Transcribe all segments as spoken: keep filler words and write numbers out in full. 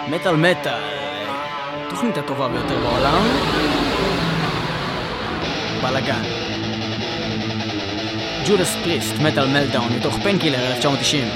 מטל מטל, תוכנית הטובה ביותר בעולם, בלגן. ג'ודס פריסט, מטל מלטדאון, מתוך פיינקילר אלף תשע מאות תשעים.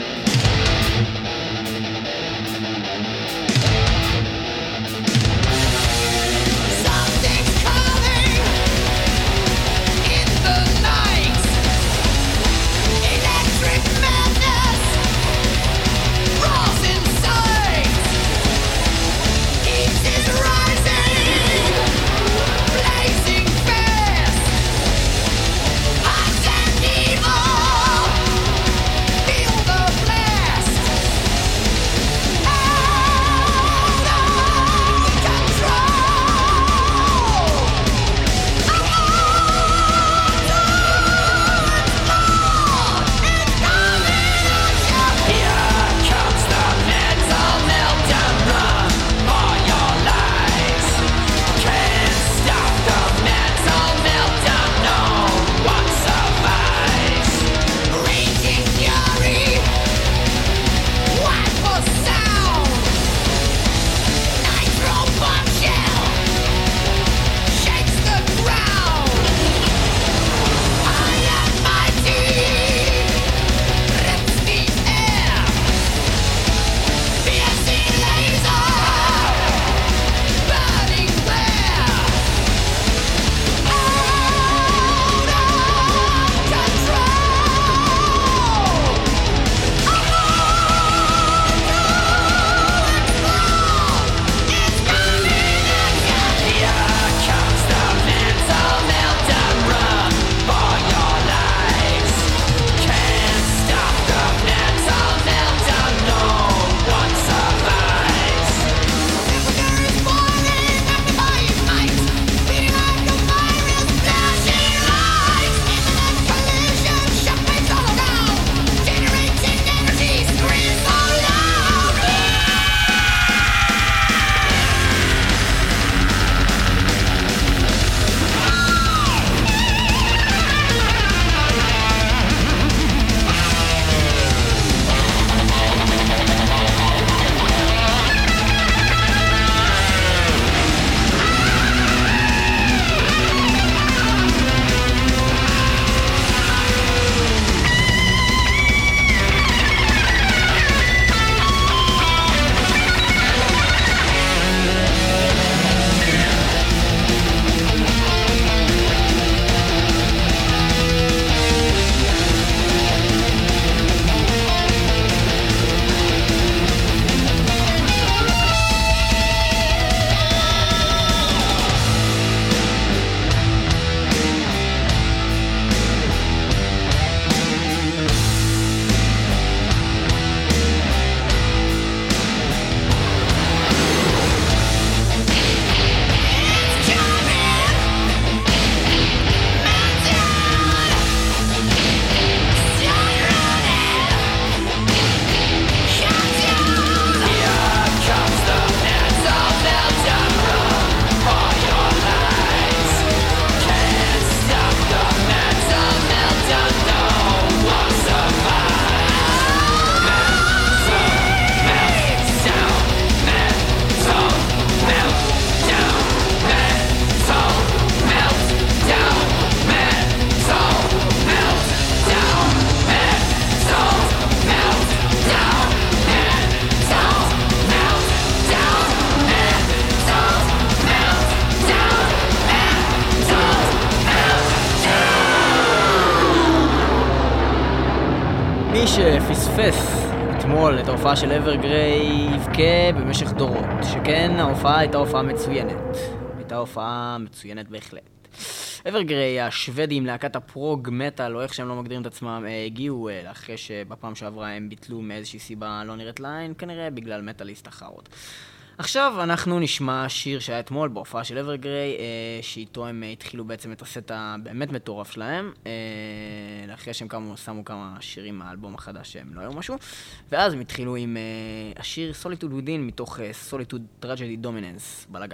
שפספס אתמול את ההופעה של אברגריי יבכה במשך דורות, שכן ההופעה הייתה הופעה מצוינת, הייתה הופעה מצוינת בהחלט. אברגריי, השוודים, להקת הפרוג מטל, או איך שהם לא מגדירים את עצמם, הגיעו אחרי שבפעם שעברה הם ביטלו מאיזושהי סיבה לא נראית לעין, כנראה בגלל מטליסט אחרות. עכשיו אנחנו נשמע שיר שהיה אתמול בהופעה של אברגריי, אה, שאיתו הם התחילו בעצם את הסט הבאמת מטורף שלהם, אה, אחרי שהם כמה, שמו כמה שירים מהאלבום החדש שהם לא היו משהו, ואז הם התחילו עם אה, השיר Solitude Within מתוך אה, Solitude Tragedy Dominance, בלגן.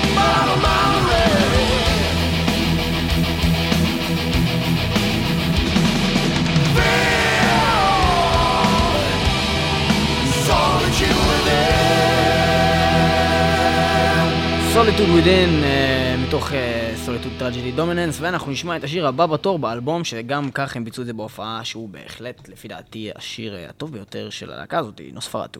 Solitude Within, uh, מתוך uh, Solitude Tragedy Dominance, ואנחנו נשמע את השיר הבא בתור באלבום, שגם כך הם ביצעו את זה בהופעה, שהוא בהחלט, לפי דעתי, השיר uh, הטוב ביותר של הלהקה הזאת, נוספרטו.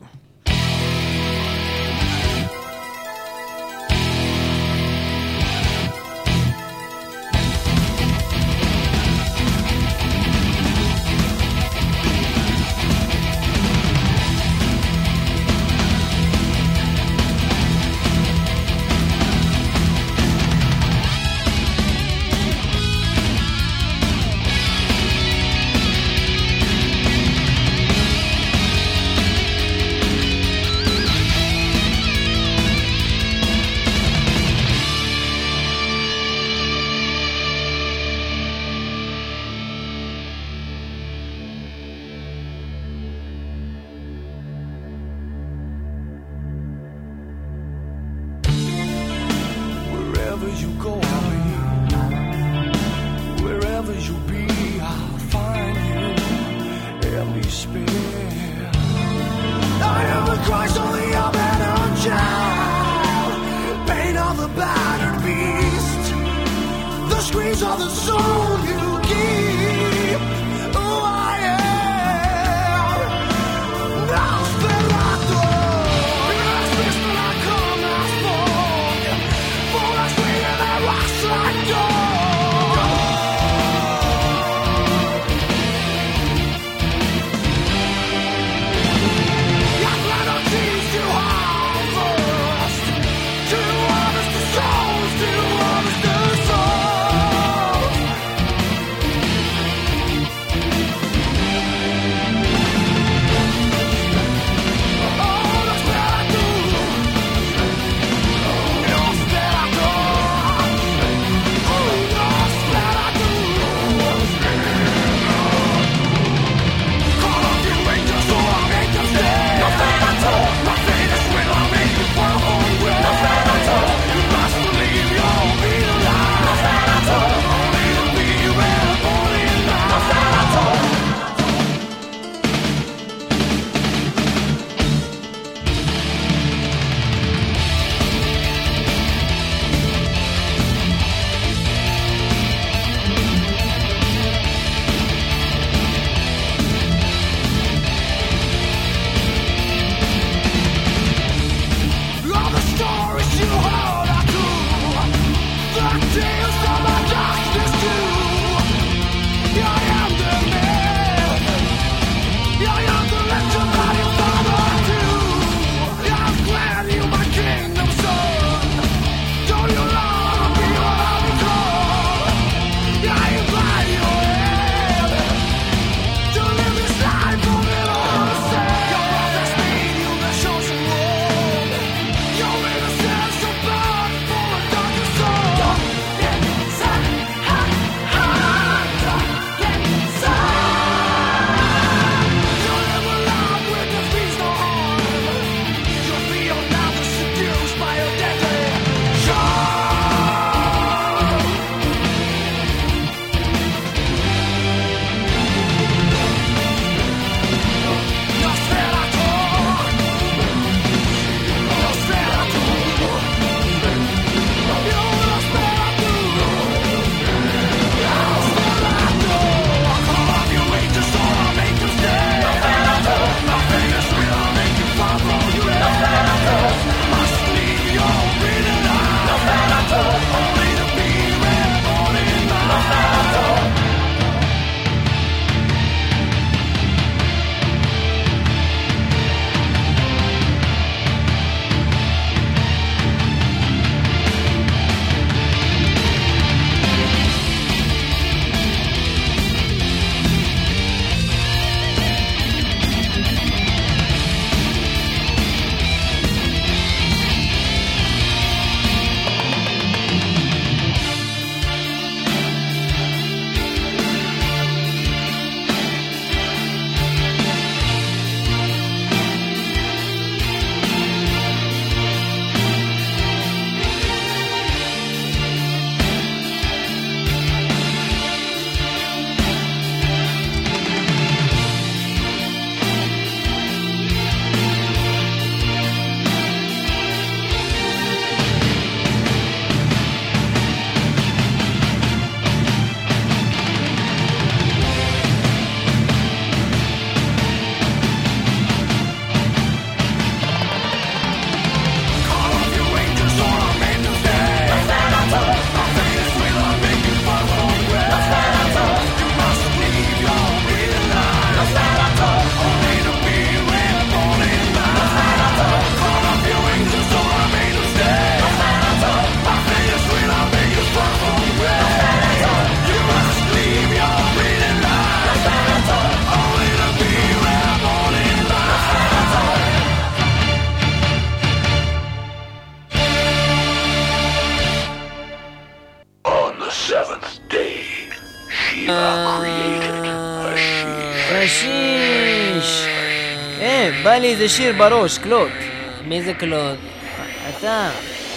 קשיש! אה, בא לי איזה שיר בראש, קלוט. מי זה קלוט? אתה.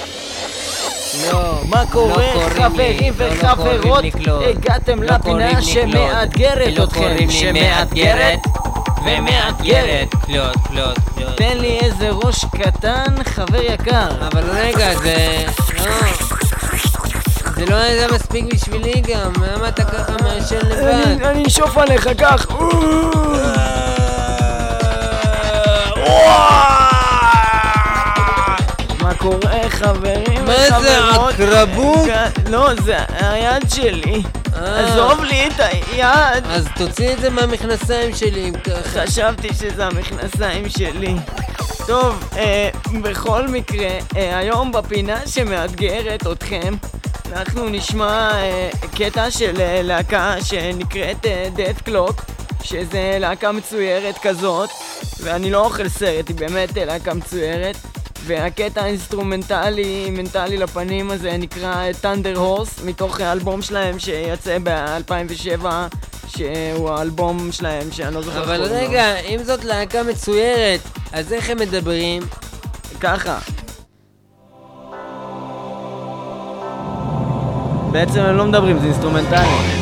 לא, מה קורה חברים וחברות? הגעתם לפינה שמאתגרת אתכם, שמאתגרת ומאתגרת. קלוט, קלוט, קלוט. תן לי איזה ראש קטן, חבר יקר. אבל רגע, זה... לא... זה לא היה מספיק בשבילי גם, למה אתה ככה מעשן לבד? אני אשוף עליך כך. מה קורה חברים? מה זה, הקרבות? לא, זה היד שלי. עזוב לי את היד. אז תוציא את זה מהמכנסיים שלי. חשבתי שזה המכנסיים שלי. טוב, בכל מקרה, היום בפינה שמאתגרת אתכם אנחנו נשמע קטע של להקה שנקראת Death Clock, שזה להקה מצוירת כזאת, ואני לא אוכל סרט, היא באמת להקה מצוירת, והקטע האינסטרומנטלי, מנטלי לפנים הזה, נקרא Thunder Horse, מתוך האלבום שלהם שיצא ב-אלפיים ושבע, שהוא האלבום שלהם שאני לא זוכר. אבל רגע, לו. אם זאת להקה מצוירת, אז איך הם מדברים? ככה. בעצם הם לא מדברים, זה אינסטרומנטלי.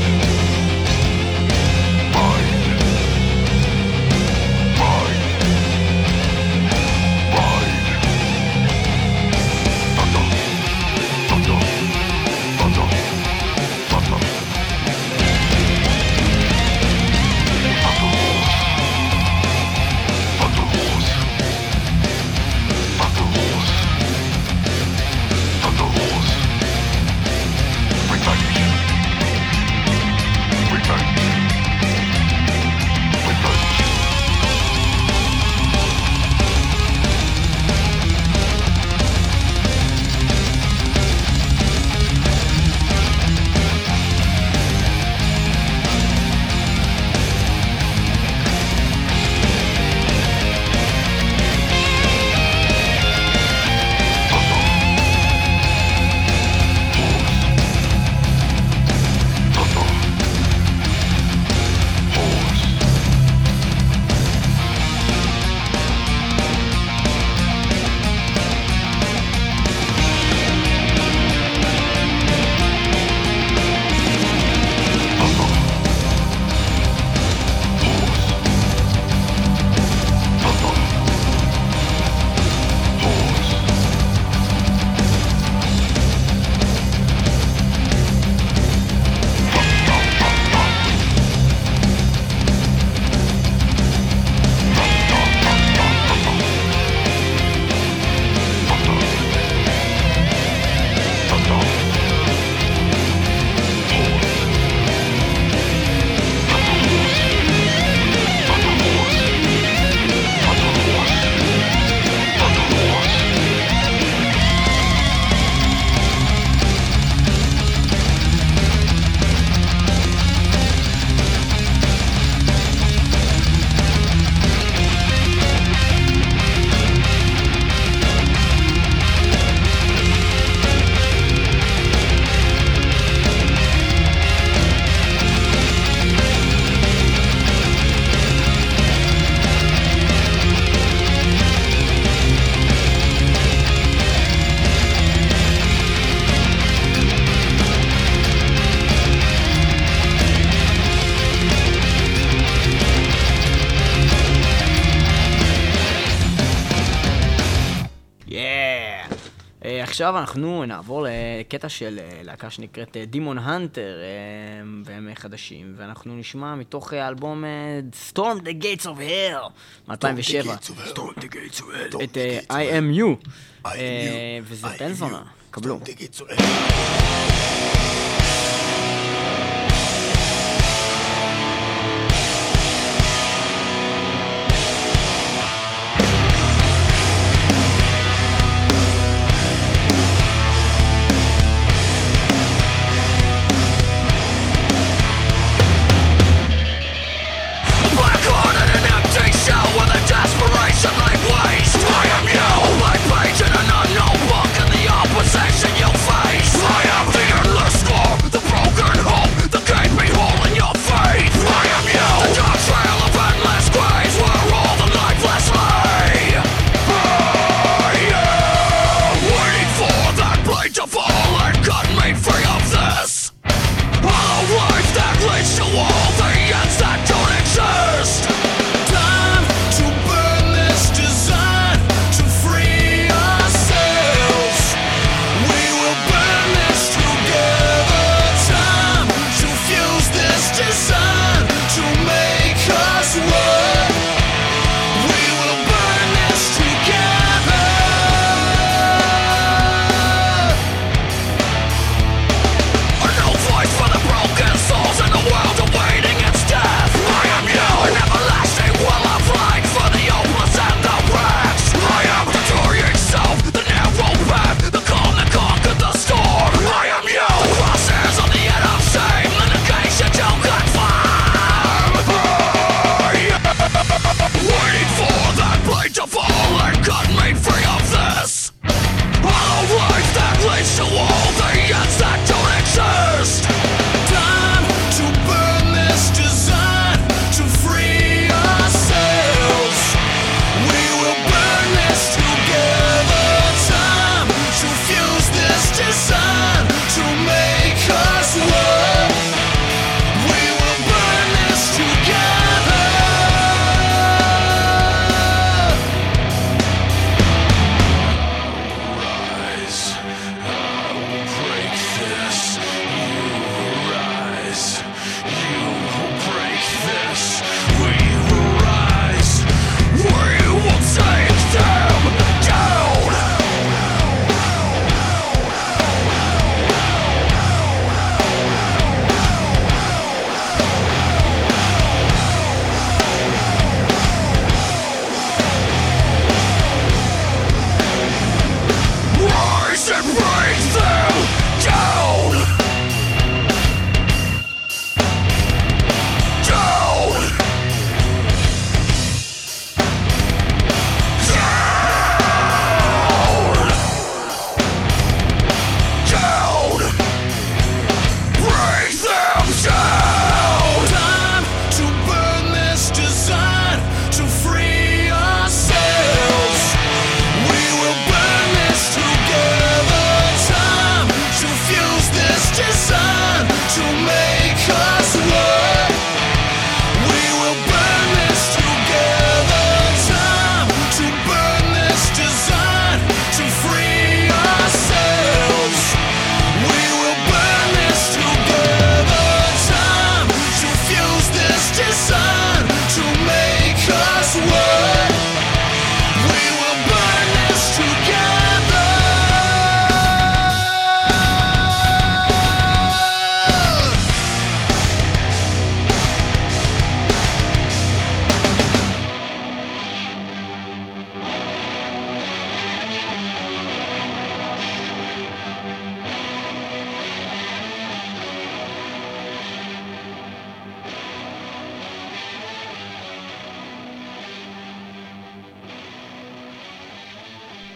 עכשיו אנחנו נעבור לקטע של להקה שנקראת דימון הנטר, והם חדשים, ואנחנו נשמע מתוך האלבום Storm the Gates of Hell מ-אלפיים ושבע את I Am You, וזה פנזונה, קבלו. Like page in an unknown book, and the opposition you'll face. I am the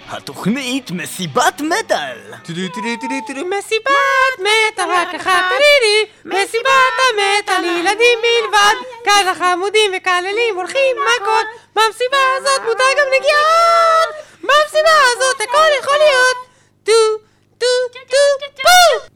התוכנית מסיבת מטל. מסיבת מטל, רק אחת תלילי, מסיבת המטל, ילדים בלבד, כזה חמודים וכללים הולכים מכות, במסיבה הזאת מותר גם נגיעות, במסיבה הזאת הכל יכול להיות, טו, טו, טו, טו.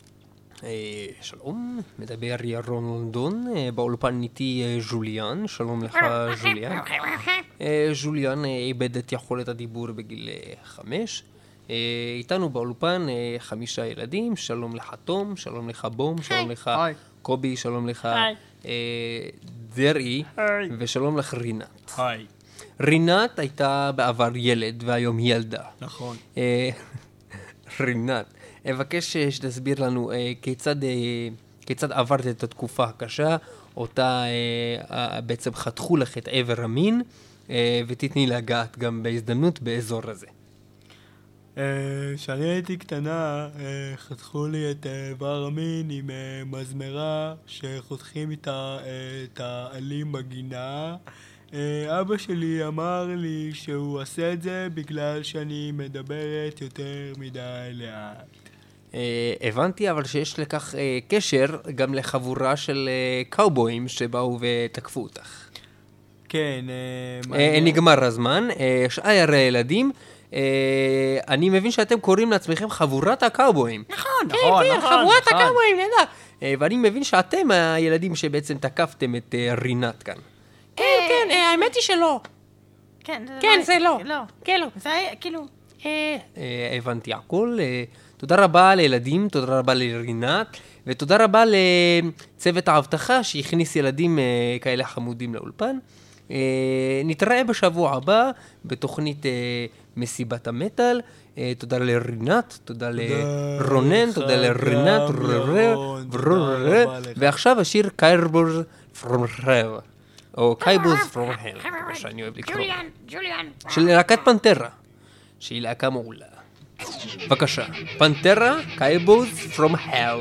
שלום, מדבר ירון לונדון, באולפן איתי ז'וליאן, שלום לך ז'וליאן. ז'וליאן איבד את יכולת הדיבור בגיל חמש. איתנו באולפן חמישה ילדים, שלום לך תום, שלום לך בום, שלום לך קובי, שלום לך דרעי, ושלום לך רינת. היי. רינת הייתה בעבר ילד והיום היא ילדה. נכון. רינת, אבקש שתסביר לנו כיצד, כיצד עברת את התקופה הקשה, אותה בעצם חתכו לך את עבר המין, ותתני לגעת גם בהזדמנות באזור הזה. כשאני הייתי קטנה, חתכו לי את עבר המין עם מזמרה שחותכים איתה את העלים בגינה. אבא שלי אמר לי שהוא עושה את זה בגלל שאני מדברת יותר מדי לאט. הבנתי אבל שיש לכך קשר גם לחבורה של קאובויים שבאו ותקפו אותך. כן. נגמר הזמן. שאר הילדים, אני מבין שאתם קוראים לעצמכם חבורת הקאובויים. נכון, נכון, נכון. חבורת הקאובויים, נדע. ואני מבין שאתם הילדים שבעצם תקפתם את רינת כאן. כן, כן, האמת היא שלא. כן, זה לא. לא. כן, לא. זה היה, כאילו... הבנתי הכל. תודה רבה לילדים, תודה רבה לרינת, ותודה רבה לצוות האבטחה שהכניס ילדים כאלה חמודים לאולפן. נתראה בשבוע הבא בתוכנית מסיבת המטל. תודה לרינת, תודה לרונן, תודה לרינת, ועכשיו השיר קיירבוז פרום הל, או קייבוז פרום הל, מה שאני אוהב לקרוא. ג'וליאן, ג'וליאן. של להקת פנטרה, שהיא להקה מעולה. בבקשה, פנטרה, קייבוז פרום הל.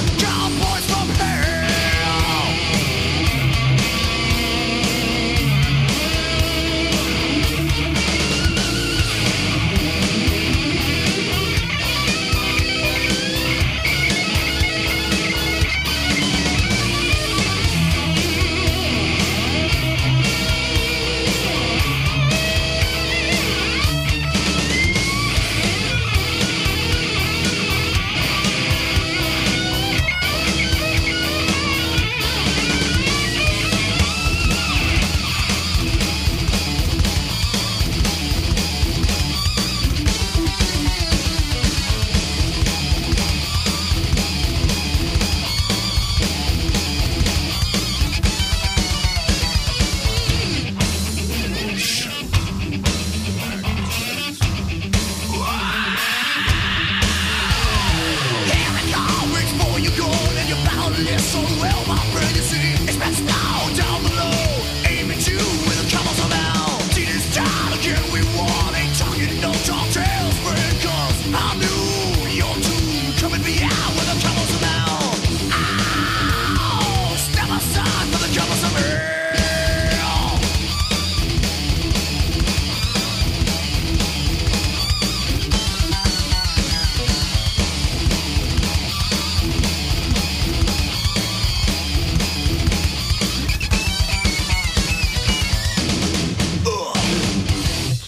Cowboys from hell.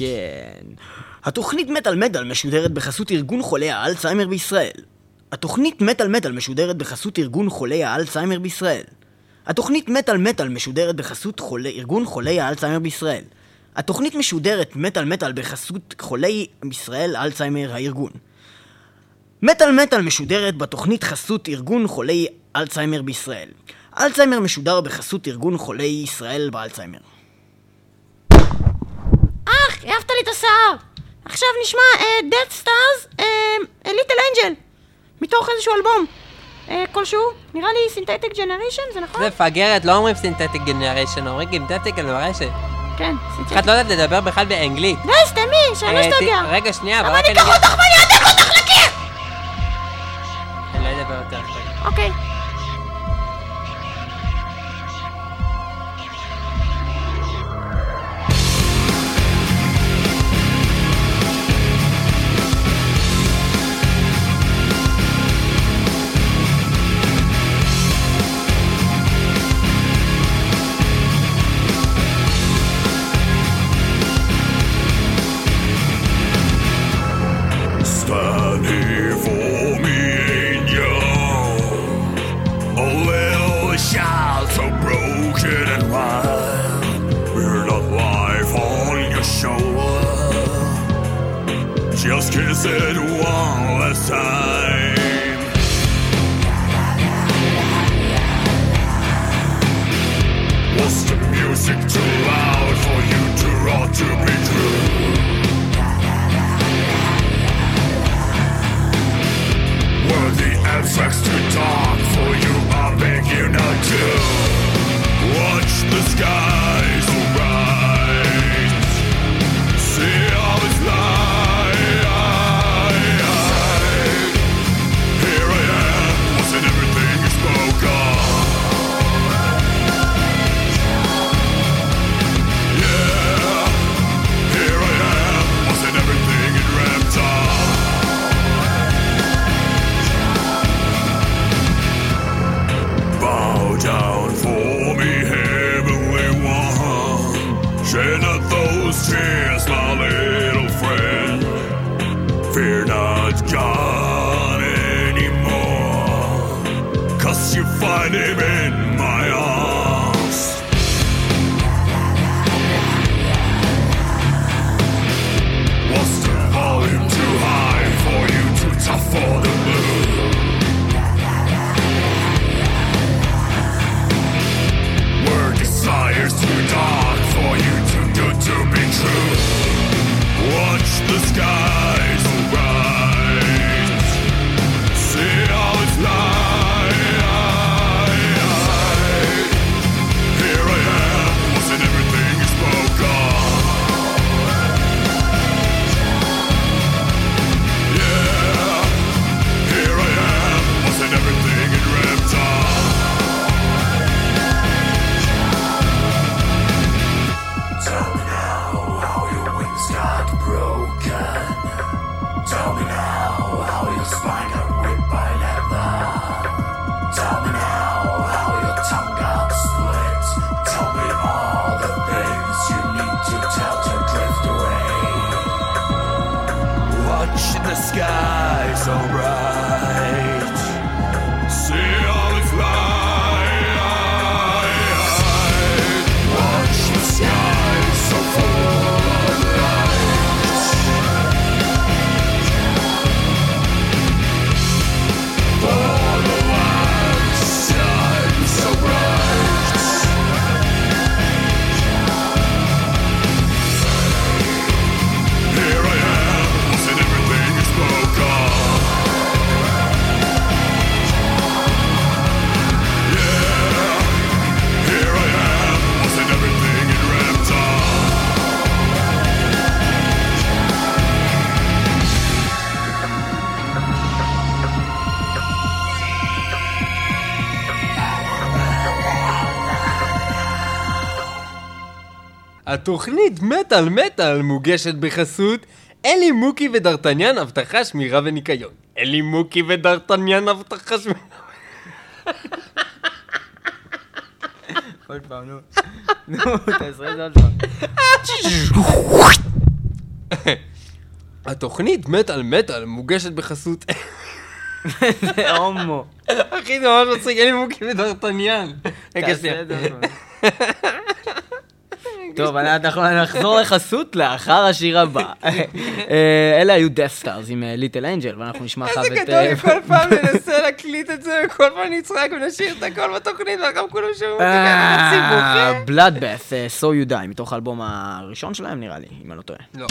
כן. התוכנית מטל מטל משודרת בחסות ארגון חולי האלצהיימר בישראל. התוכנית מטל מטל משודרת בחסות ארגון חולי האלצהיימר בישראל. התוכנית מטל מטל משודרת בחסות חולי, ארגון חולי האלצהיימר בישראל. התוכנית משודרת מטל מטל בחסות חולי ישראל אלצהיימר הארגון. מטל מטל משודרת בתוכנית חסות ארגון חולי אלצהיימר בישראל. אלצהיימר משודר בחסות ארגון חולי ישראל באלצהיימר. אך, העפת לי את השיער. עכשיו נשמע Death Stars, Little Angel, מתוך איזשהו אלבום כלשהו, נראה לי Synthetic Generation, זה נכון? זה פגרת, לא אומרים Synthetic Generation, אומרים Synthetic Generation. כן, את לא יודעת לדבר בכלל באנגלית. די, סתמי, שאני שתגיע. רגע, שנייה, אבל אני אקח אותך ואני אדק אותך לקיר! אני לא אדבר יותר אחרי. אוקיי. Just kiss it one last time. Was the music too loud for you to ought to be true? Were the abstracts too dark for you? I beg you not to. Watch the skies rise. See all this light. Shed not those tears, my little friend. Fear not God anymore, 'cause you find him in my arms. Was the volume too high for you, too tough for the moon? Were desires too dark for you, too good to be true? Watch the skies rise. See all its light. Here I am, wasn't everything you spoke of? Yeah, here I am, wasn't everything you dreamt of? Tell me now how your wings got broken. Tell me now how your spine got ripped by leather. Tell me now how your tongue got split. Tell me all the things you need to tell to drift away. Watch the sky so bright. See all its light. Watch the sky so full of light. For the light shines so bright. Here I am, wasn't everything you spoke of? Yeah, here I am, wasn't everything you dreamt of? התוכנית מטל מטל מוגשת בחסות אלי מוקי ודרטניאן, הבטחה שמירה וניקיון. אלי מוקי ודרטניאן, הבטחה שמירה... עוד פעם, נו. נו, תעזרי את זה עוד פעם. התוכנית מטל מטל מוגשת בחסות... זה הומו. אחי, זה ממש מצחיק, אין לי מוקי ודרטניאן. תעשה את זה. טוב, אנחנו נחזור לחסות לאחר השיר הבא. אלה היו Death Stars עם ליטל אנג'ל, ואנחנו נשמע אחר את... איזה גדול, כל פעם ננסה להקליט את זה, וכל פעם נצחק ונשאיר את הכל בתוכנית, ואחר כולם שומעים אותי ככה בציבור. Bloodbath, So You Die, מתוך האלבום הראשון שלהם נראה לי, אם אני לא טועה. לא.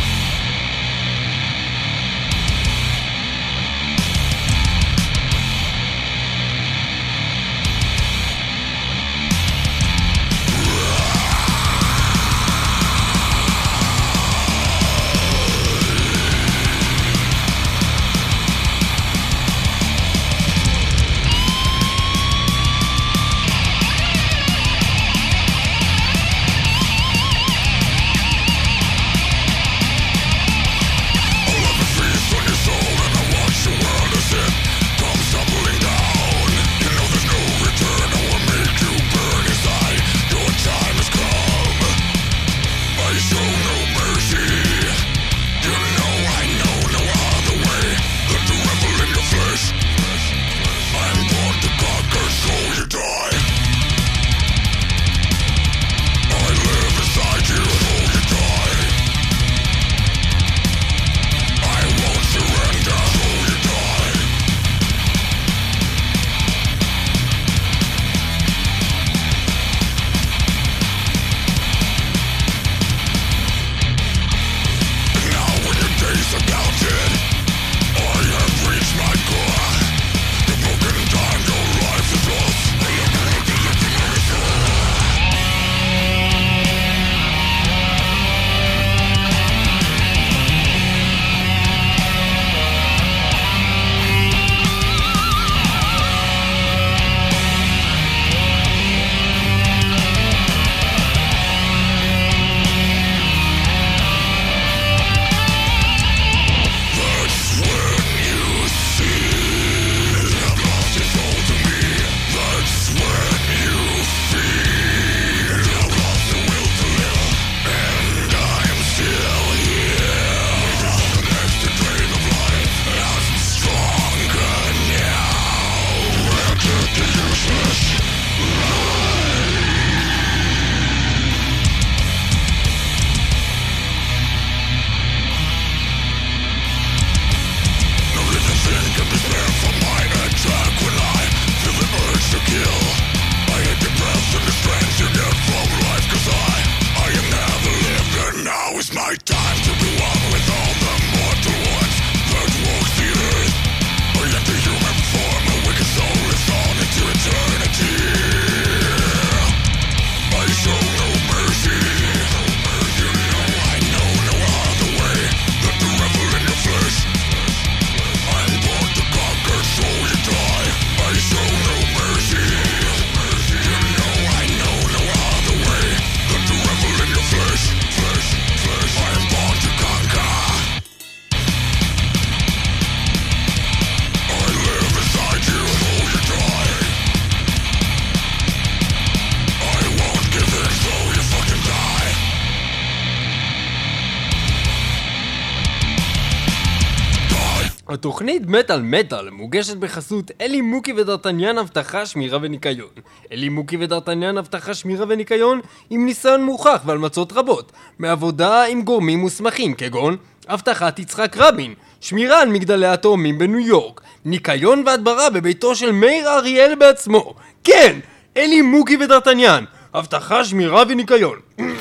התוכנית מטל מטל מוגשת בחסות אלי מוקי ודרטניאן הבטחה שמירה וניקיון. אלי מוקי ודרטניאן הבטחה שמירה וניקיון עם ניסיון מוכח ועל מצות רבות, מעבודה עם גורמים מוסמכים כגון הבטחת יצחק רבין, שמירה על מגדלי התאומים בניו יורק, ניקיון והדברה בביתו של מאיר אריאל בעצמו. כן, אלי מוקי ודרטניאן, הבטחה שמירה וניקיון.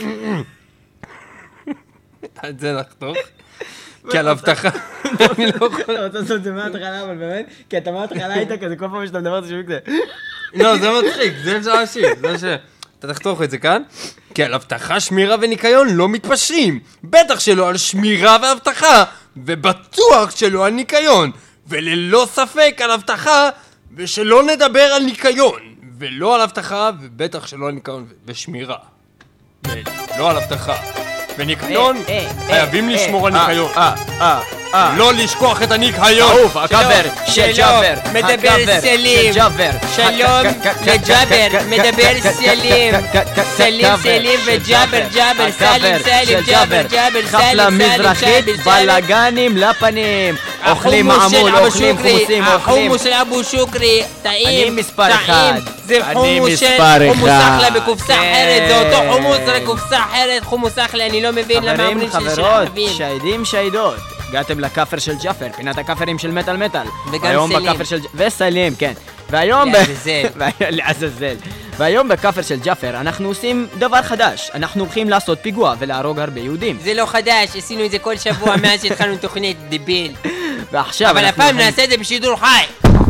את זה נחתוך? כי על הבטחה אני לא יכול... אתה רוצה לעשות את זה מההתחלה, אבל באמת, כי אתה מההתחלה היית כזה, כל פעם שאתה מדבר את זה שוב כזה. לא, זה מצחיק, זה אפשר להשאיר, זה ש... אתה תחתוך את זה כאן? כי על הבטחה, שמירה וניקיון לא מתפשרים, בטח שלא על שמירה והבטחה, ובטוח שלא על ניקיון, וללא ספק על הבטחה, ושלא נדבר על ניקיון, ולא על הבטחה, ובטח שלא על ניקיון ושמירה. ולא על הבטחה. וניקיון, חייבים לשמור על ניקיון. אה, אה, אה. לא לשכוח את הניקיון. אהוב, הקאבר של ג'אבר. מדבר הקאבר סלים. של ג'אבר. שלום לג'אבר, מדבר סלים. סלים, סלים וג'אבר, ג'אבר, סלים, סלים, ג'אבר, ג'אבר, חפלה סלים, סלים, מזרחית, סלים, סלים. בלגנים לפנים. אוכלים החומוס של מעמול, אבו אוכלים שוקרי, חומוסים, אוכלים... החומוס של אבו שוקרי, טעים, אני מספר טעים. אחד. זה אני חומוס של מספר חומוס אחד. אחלה בקופסה כן. אחרת, זה אותו חומוס רק קופסה אחרת, חומוס אחלה, אני לא מבין למה חברים, אומרים של של חברות, ערבים. שהידים שהידות. הגעתם לכאפר של ג'אפר, פינת הכאפרים של מטל מטל. וגם והיום סלים. בכאפר של... וסלים, כן. והיום... ב- לעזאזל. לעזאזל. והיום בכאפר של ג'אפר אנחנו עושים דבר חדש. אנחנו הולכים לעשות פיגוע ולהרוג הרבה יהודים. זה לא חדש, עשינו את זה כל שבוע מאז שהתחלנו תוכנית, דיביל. ועכשיו אבל אנחנו הפעם הולכים- נעשה את זה בשידור חי.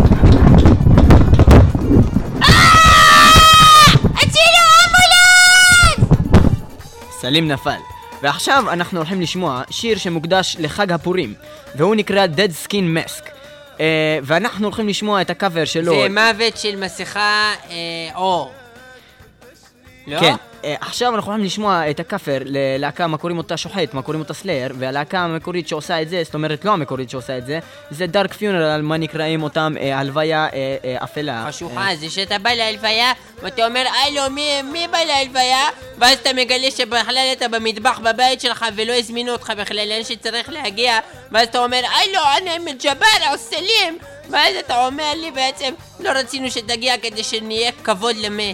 סלים נפל. ועכשיו אנחנו הולכים לשמוע שיר שמוקדש לחג הפורים, והוא נקרא Dead Skin Mask. אה, ואנחנו הולכים לשמוע את הקאבר שלו. זה מוות של מסכה אה, אור. לא? כן. אה, עכשיו אנחנו הולכים לשמוע את הכאפר ללהקה מה קוראים אותה שוחט, מה קוראים אותה סלייר, והלהקה המקורית שעושה את זה, זאת אומרת לא המקורית שעושה את זה, זה דארק פיונרל, מה נקראים אותם, אה, הלוויה אה, אה, אפלה. חשוכה, זה שאתה בא להלוויה ואתה אומר הלו מי, מי בא להלוויה ואז אתה מגלה שבכלל אתה במטבח בבית שלך ולא הזמינו אותך בכלל לאן שצריך להגיע ואז אתה אומר הלו אני עם ג'בר או סלים ואז אתה אומר לי בעצם לא רצינו שתגיע כדי שנהיה כבוד למת.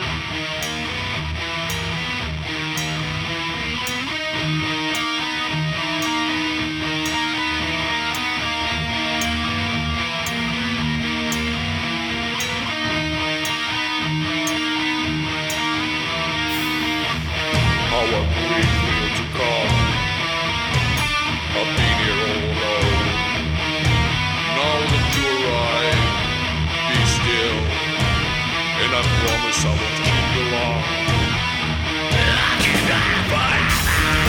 How a great wheel to come. I've been here all alone. Now that you arrive, be still, and I promise I won't keep you long. I'll keep you forever.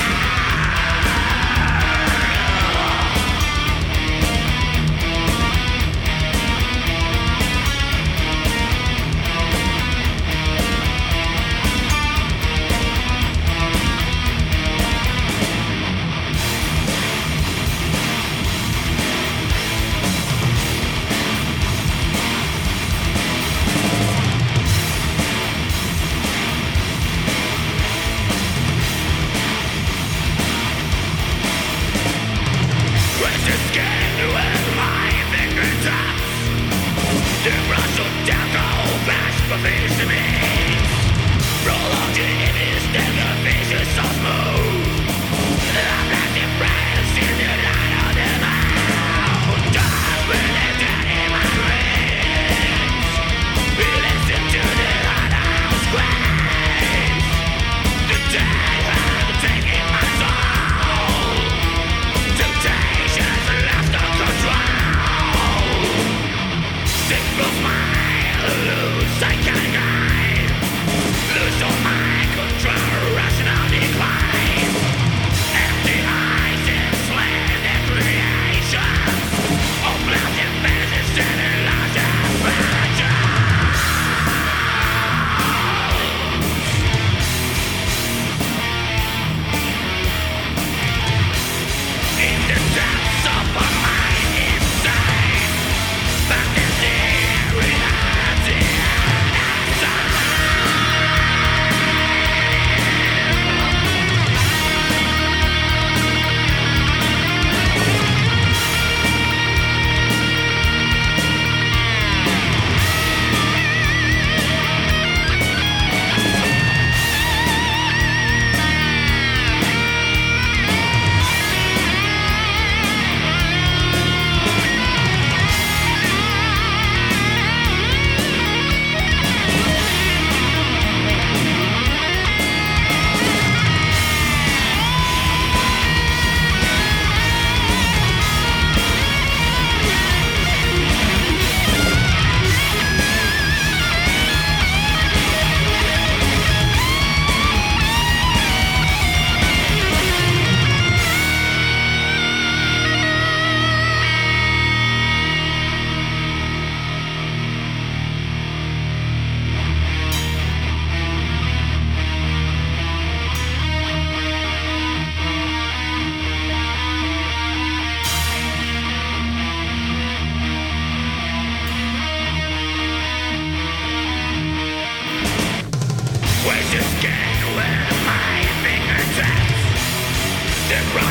Precious skin with my fingertips. The brush of death, oh, bash for face to me. Prolonged in his never vicious so smooth. The blasting breaths in the light of the moon. Dark believed in my dreams. We listen to the lighthouse screams. The dead have taken my soul. Temptations lost all control. Signals my loose, I can't guide. Lose all my control, rational decline.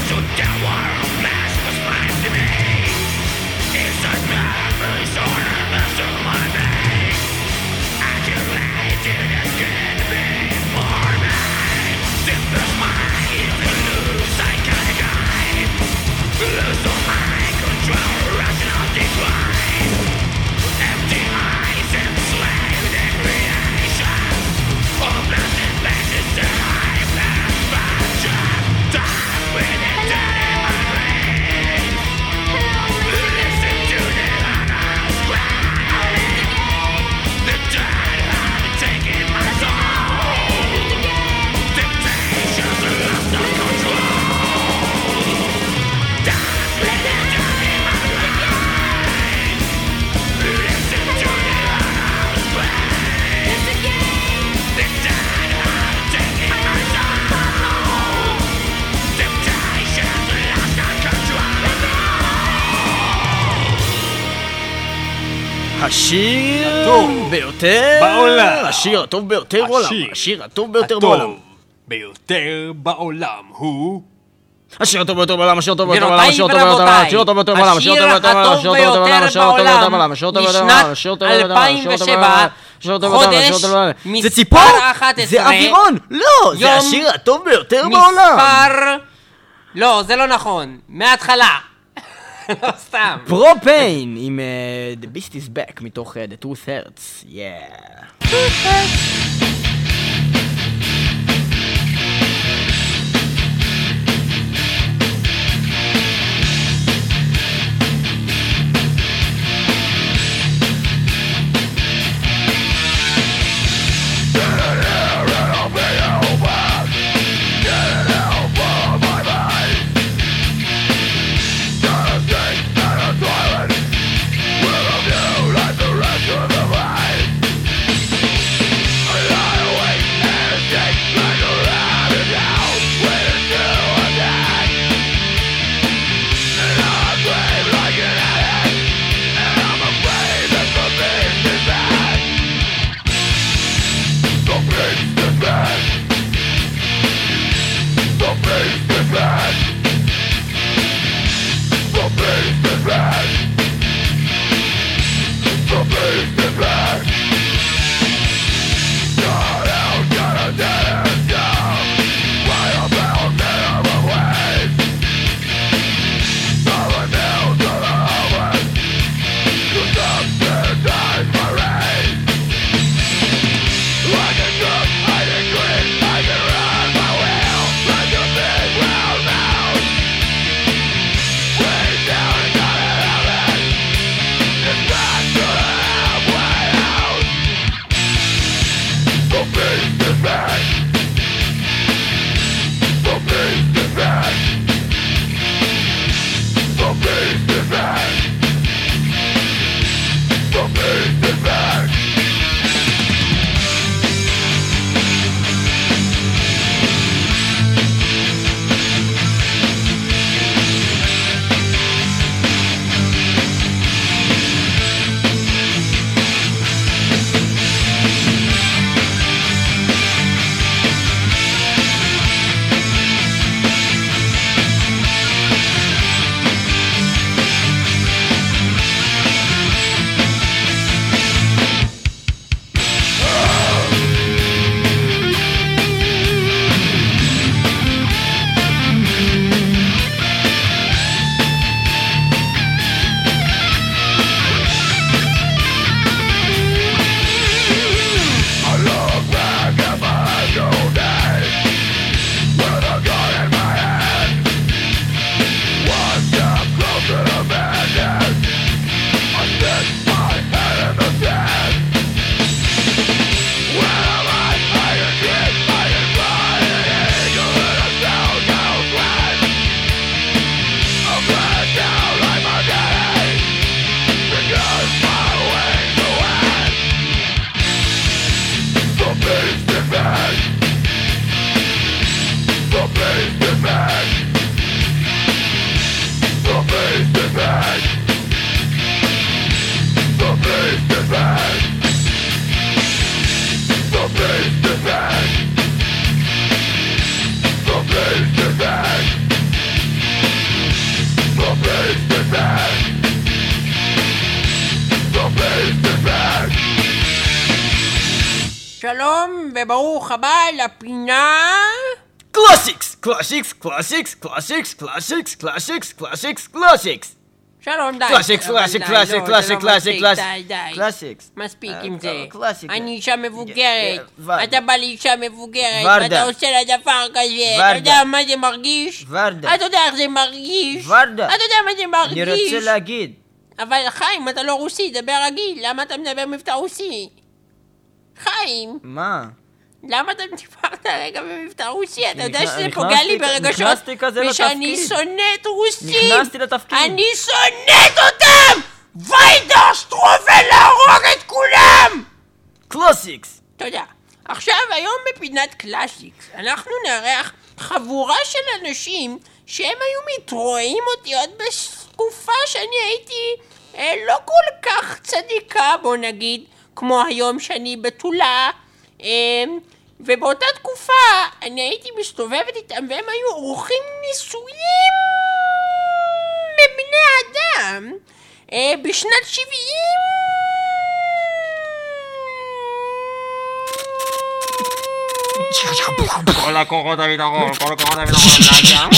השיר הטוב ביותר בעולם. השיר הטוב ביותר בעולם. השיר השיר הטוב ביותר בעולם. הטוב ביותר בעולם הוא... השיר הטוב ביותר בעולם, השיר הטוב ביותר בעולם, גבירותיי השיר הטוב ביותר בעולם, השיר הטוב ביותר בעולם, השיר השיר הטוב ביותר בעולם, הטוב השיר הטוב ביותר בעולם, השיר הטוב ביותר בעולם, השיר הטוב ביותר בעולם, השיר הטוב ביותר בעולם, השיר הטוב ביותר בעולם, השיר הטוב ביותר בעולם, השיר הטוב ביותר בעולם. חודש זה ציפור? מספר אחת עשרה. זה אווירון! לא, זה יום השיר הטוב ביותר בעולם. מספר... לא, זה לא נכון. מההתחלה. לא סתם. פרופיין עם uh, The Beast is Back מתוך uh, The Truth Hurts. Yeah. Like the rest of the life, I שלום וברוך הבא לפינה... קלאסיקס! קלאסיקס! קלאסיקס! קלאסיקס! קלאסיקס! קלאסיקס! קלאסיקס! קלאסיקס! שלום, די. קלאסיקס, אבל קלאסיק, די, קלאסיק, לא, קלאסיק, זה לא קלאסיק, מספיק, קלאסיק. די, די. קלאסיקס. מספיק אה, עם זה. קלאסיקה. אני אישה מבוגרת. ורדה. אתה בא לאישה מבוגרת, ורדה. ואתה עושה לה דבר כזה. ורדה. אתה יודע מה זה מרגיש? ורדה. אתה יודע איך זה מרגיש? ורדה. אתה יודע מה זה מרגיש? אני רוצה להגיד. אבל חיים, אתה לא רוסי, דבר רגיל. למה אתה מדבר מבטא רוסי? חיים, מה? למה אתה דיברת רגע במבטא רוסי? אתה יודע נכנס- שזה נכנסתי- פוגע לי ברגשות? נכנסתי כזה ושאני לתפקיד. שונאת רוסים. נכנסתי לתפקיד. אני שונאת אותם! ויידר שטרופל להרוג את כולם! קלאסיקס! תודה. עכשיו, היום בפינת קלאסיקס, אנחנו נארח חבורה של אנשים שהם היו מתרועים אותי עוד בתקופה שאני הייתי אה, לא כל כך צדיקה, בוא נגיד, כמו היום שאני בתולה. אה, ובאותה תקופה אני הייתי מסתובבת איתם והם היו עורכים ניסויים בבני אדם אה, בשנת שבעים. כל הכוחות הביטחון, כל הכוחות הביטחון.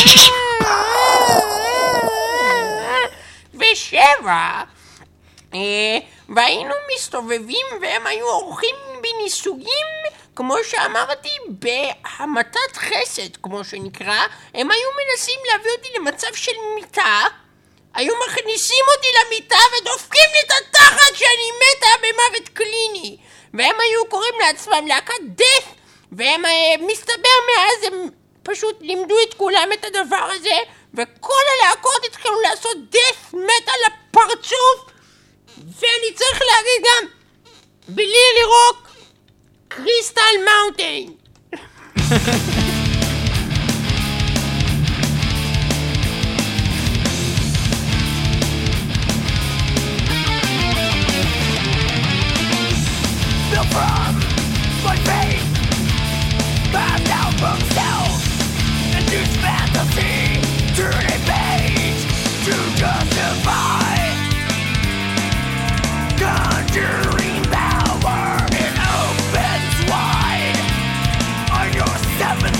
ושבע, אה, והיינו מסתובבים והם היו עורכים בניסויים, כמו שאמרתי, בהמתת חסד, כמו שנקרא. הם היו מנסים להביא אותי למצב של מיטה, היו מכניסים אותי למיטה ודופקים לי את התחת שאני מתה במוות קליני, והם היו קוראים לעצמם להקת death, והם אה, מסתבר מאז הם פשוט לימדו את כולם את הדבר הזה, וכל הלהקות התחילו לעשות death metal לפרצוף. ואני צריך להגיד גם בלי לירוק קריסטל מאונטיין. Built from my faith, passed out from cells, induced fantasy, turn a page to justify, conjuring power, it opens wide on your seventh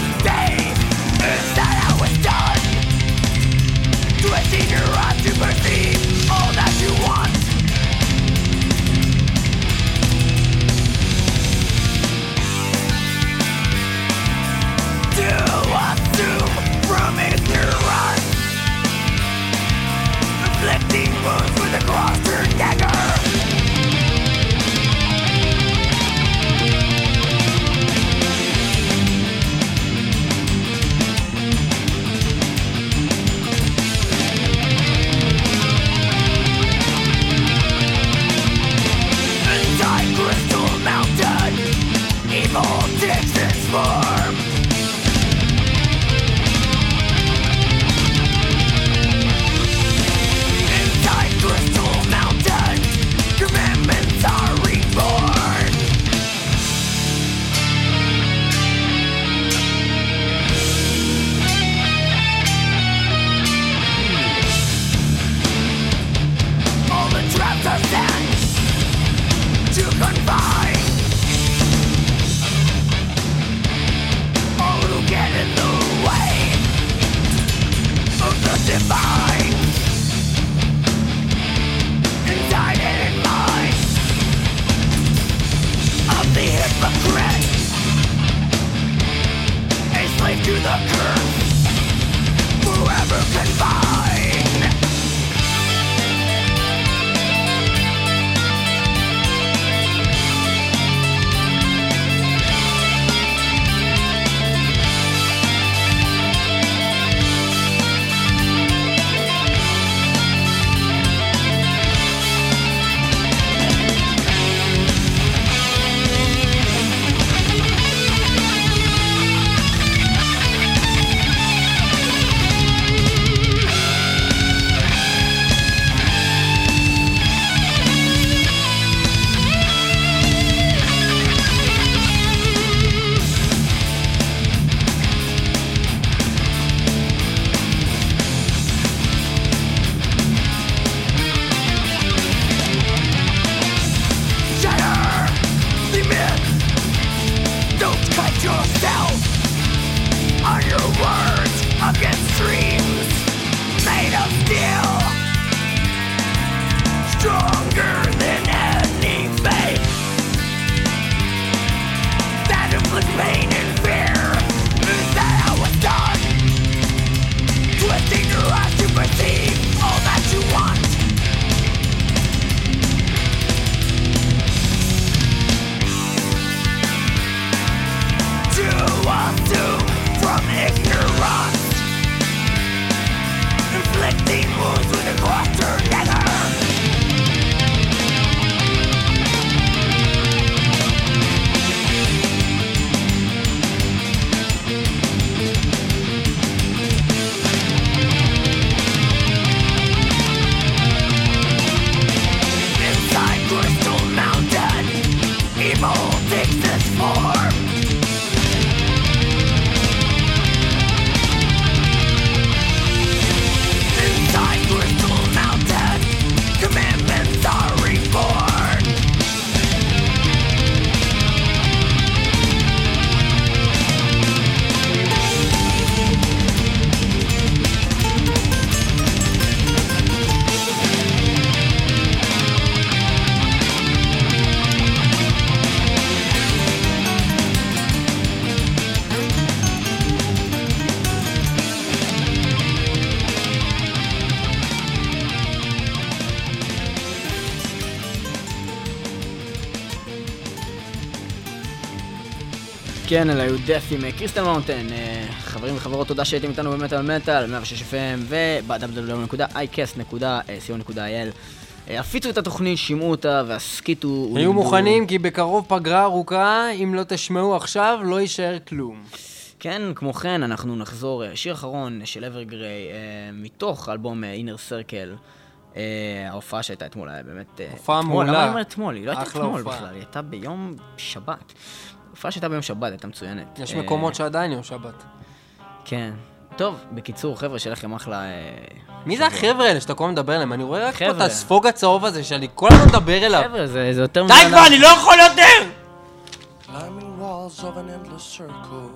כן, אלה היו דף עם קריסטל מאונטן. חברים וחברות, תודה שהייתם איתנו במטל מטל, מאה ושש אף אם וב-דאבליו דאבליו דאבליו נקודה איי קאסט נקודה סי או נקודה איי אל. הפיצו את התוכנית, שימעו אותה והסקיטו. היו מוכנים כי בקרוב פגרה ארוכה, אם לא תשמעו עכשיו לא יישאר כלום. כן, כמו כן, אנחנו נחזור, שיר אחרון של אברגריי, מתוך אלבום Inner Circle. ההופעה שהייתה אתמול, היה באמת... הופעה מעולה. למה אני אומר אתמול? היא לא הייתה אחלה אתמול הופעה. בכלל, היא הייתה ביום שבת. ההופעה שהייתה ביום שבת, הייתה מצוינת. יש מקומות שעדיין יום שבת. כן. טוב, בקיצור, חבר'ה, שיהיה לכם אחלה... מי זה החבר'ה האלה שאתה כל הזמן מדבר עליהם? אני רואה רק פה את חבר'ה. הספוג הצהוב הזה שאני כל הזמן מדבר אליו. חבר'ה, זה זה יותר... די כבר, אני לא יכול יותר! Climbing walls of an endless circle,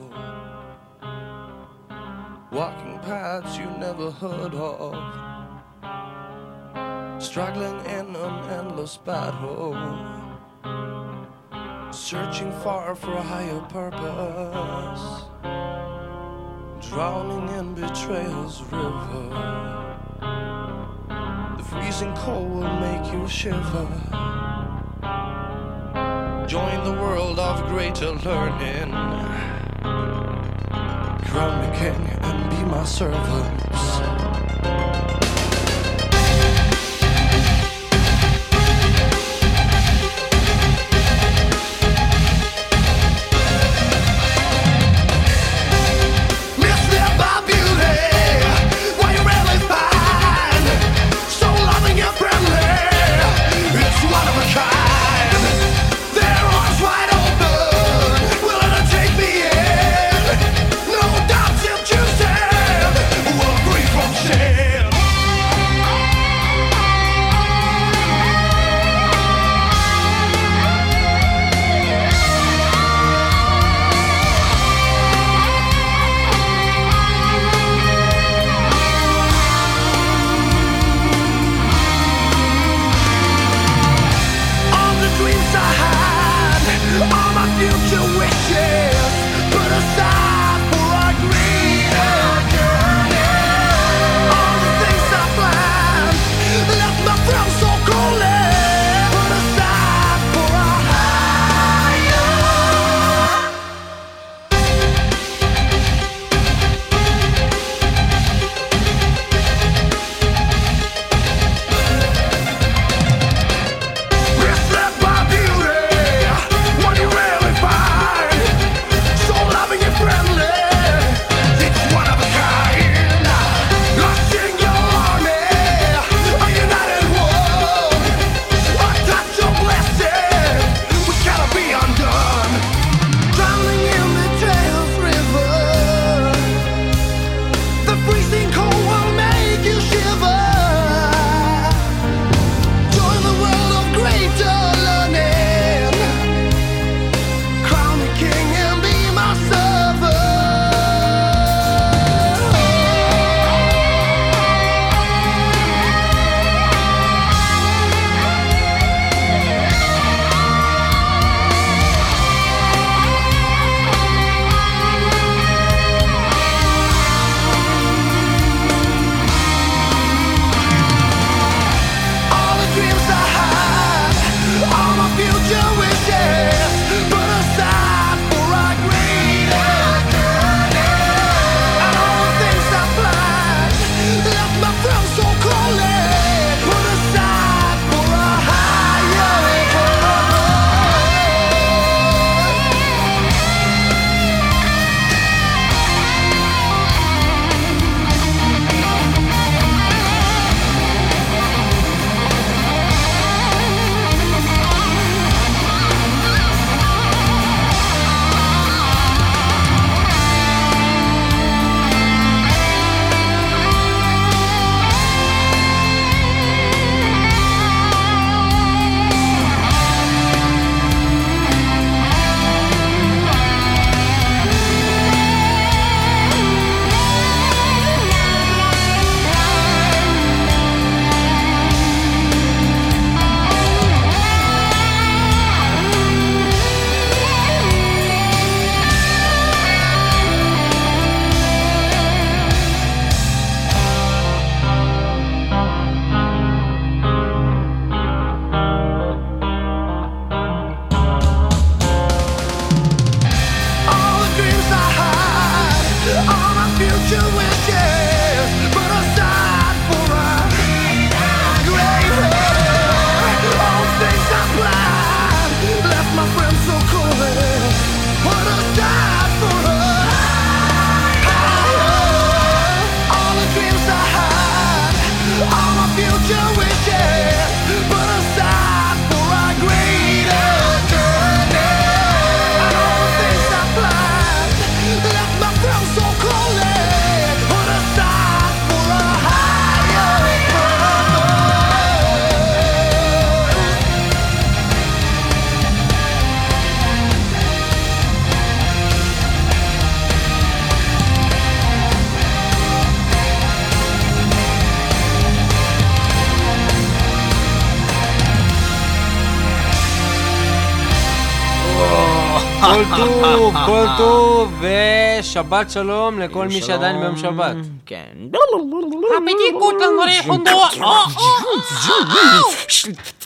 walking paths you never heard of, struggling in an endless battle, searching far for a higher purpose, drowning in betrayal's river. The freezing cold will make you shiver. Join the world of greater learning. Crown me king and be my servants. Will כל טוב, כל טוב, ושבת שלום לכל מי שעדיין ביום שבת. כן. הפדיקות לנו ריחונדו.